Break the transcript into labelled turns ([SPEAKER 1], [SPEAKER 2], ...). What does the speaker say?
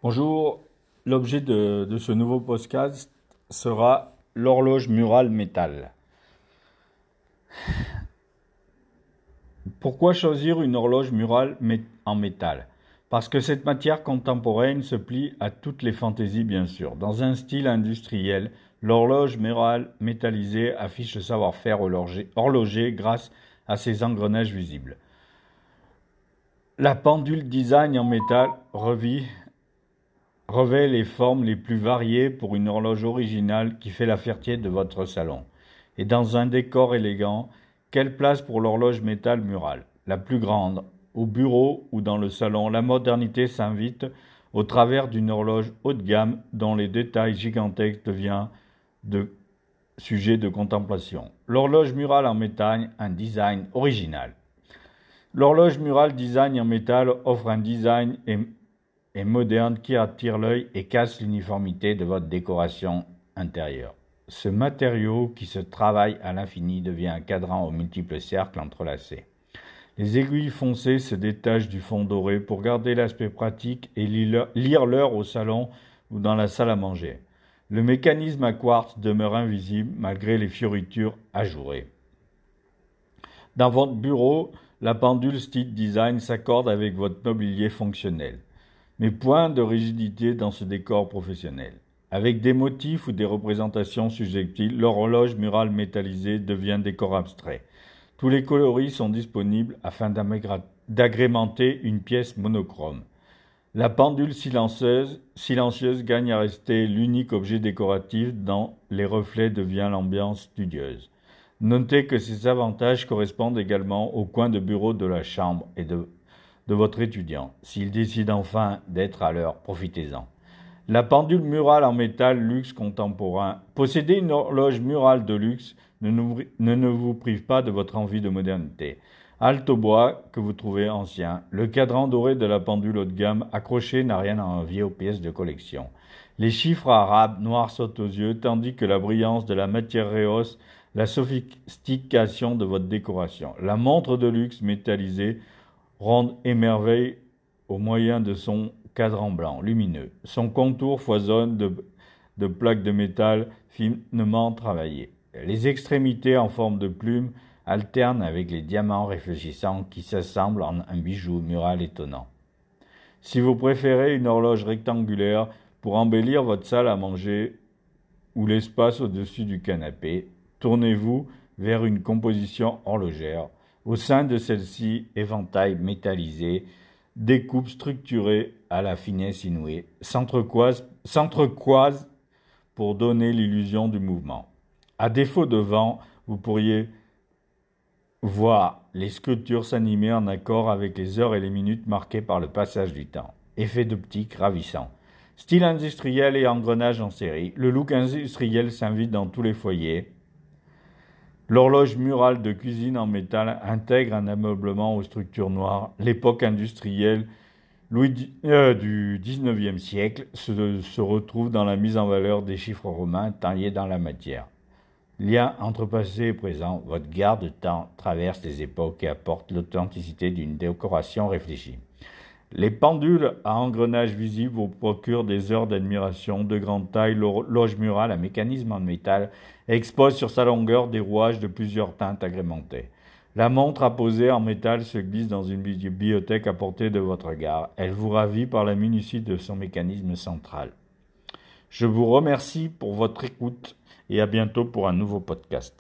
[SPEAKER 1] Bonjour, l'objet de ce nouveau podcast sera l'horloge murale métal. Pourquoi choisir une horloge murale en métal? Parce que cette matière contemporaine se plie à toutes les fantaisies bien sûr. Dans un style industriel, l'horloge murale métallisée affiche le savoir-faire horloger grâce à ses engrenages visibles. La pendule design en métal revêt les formes les plus variées pour une horloge originale qui fait la fierté de votre salon. Et dans un décor élégant, quelle place pour l'horloge métal murale? La plus grande, au bureau ou dans le salon, la modernité s'invite au travers d'une horloge haut de gamme dont les détails gigantesques deviennent de sujet de contemplation. L'horloge murale en métal, un design original. L'horloge murale design en métal offre un design et moderne qui attire l'œil et casse l'uniformité de votre décoration intérieure. Ce matériau qui se travaille à l'infini devient un cadran aux multiples cercles entrelacés. Les aiguilles foncées se détachent du fond doré pour garder l'aspect pratique et lire l'heure au salon ou dans la salle à manger. Le mécanisme à quartz demeure invisible malgré les fioritures ajourées. Dans votre bureau, la pendule style design s'accorde avec votre mobilier fonctionnel. Mais point de rigidité dans ce décor professionnel. Avec des motifs ou des représentations subjectives, l'horloge murale métallisée devient décor abstrait. Tous les coloris sont disponibles afin d'agrémenter une pièce monochrome. La pendule silencieuse gagne à rester l'unique objet décoratif dont les reflets deviennent l'ambiance studieuse. Notez que ces avantages correspondent également au coin de bureau de la chambre et de votre étudiant. S'il décide enfin d'être à l'heure, profitez-en. La pendule murale en métal luxe contemporain. Posséder une horloge murale de luxe ne vous prive pas de votre envie de modernité. Halte au bois que vous trouvez ancien. Le cadran doré de la pendule haut de gamme accroché n'a rien à envier aux pièces de collection. Les chiffres arabes noirs sautent aux yeux tandis que la brillance de la matière rehausse la sophistication de votre décoration. La montre de luxe métallisée ronde émerveille au moyen de son cadran blanc lumineux. Son contour foisonne de plaques de métal finement travaillées. Les extrémités en forme de plume alternent avec les diamants réfléchissants qui s'assemblent en un bijou mural étonnant. Si vous préférez une horloge rectangulaire pour embellir votre salle à manger ou l'espace au-dessus du canapé, tournez-vous vers une composition horlogère. Au sein de celle-ci, éventail métallisé, découpe structurée à la finesse inouïe, s'entrecroisent pour donner l'illusion du mouvement. À défaut de vent, vous pourriez voir les sculptures s'animer en accord avec les heures et les minutes marquées par le passage du temps. Effet d'optique ravissant. Style industriel et engrenage en série, le look industriel s'invite dans tous les foyers. L'horloge murale de cuisine en métal intègre un ameublement aux structures noires. L'époque industrielle du XIXe siècle se retrouve dans la mise en valeur des chiffres romains taillés dans la matière. Lien entre passé et présent, votre garde-temps traverse les époques et apporte l'authenticité d'une décoration réfléchie. Les pendules à engrenages visibles vous procurent des heures d'admiration de grande taille. L'horloge murale à mécanisme en métal expose sur sa longueur des rouages de plusieurs teintes agrémentées. La montre apposée en métal se glisse dans une bibliothèque à portée de votre regard. Elle vous ravit par la minutie de son mécanisme central. Je vous remercie pour votre écoute et à bientôt pour un nouveau podcast.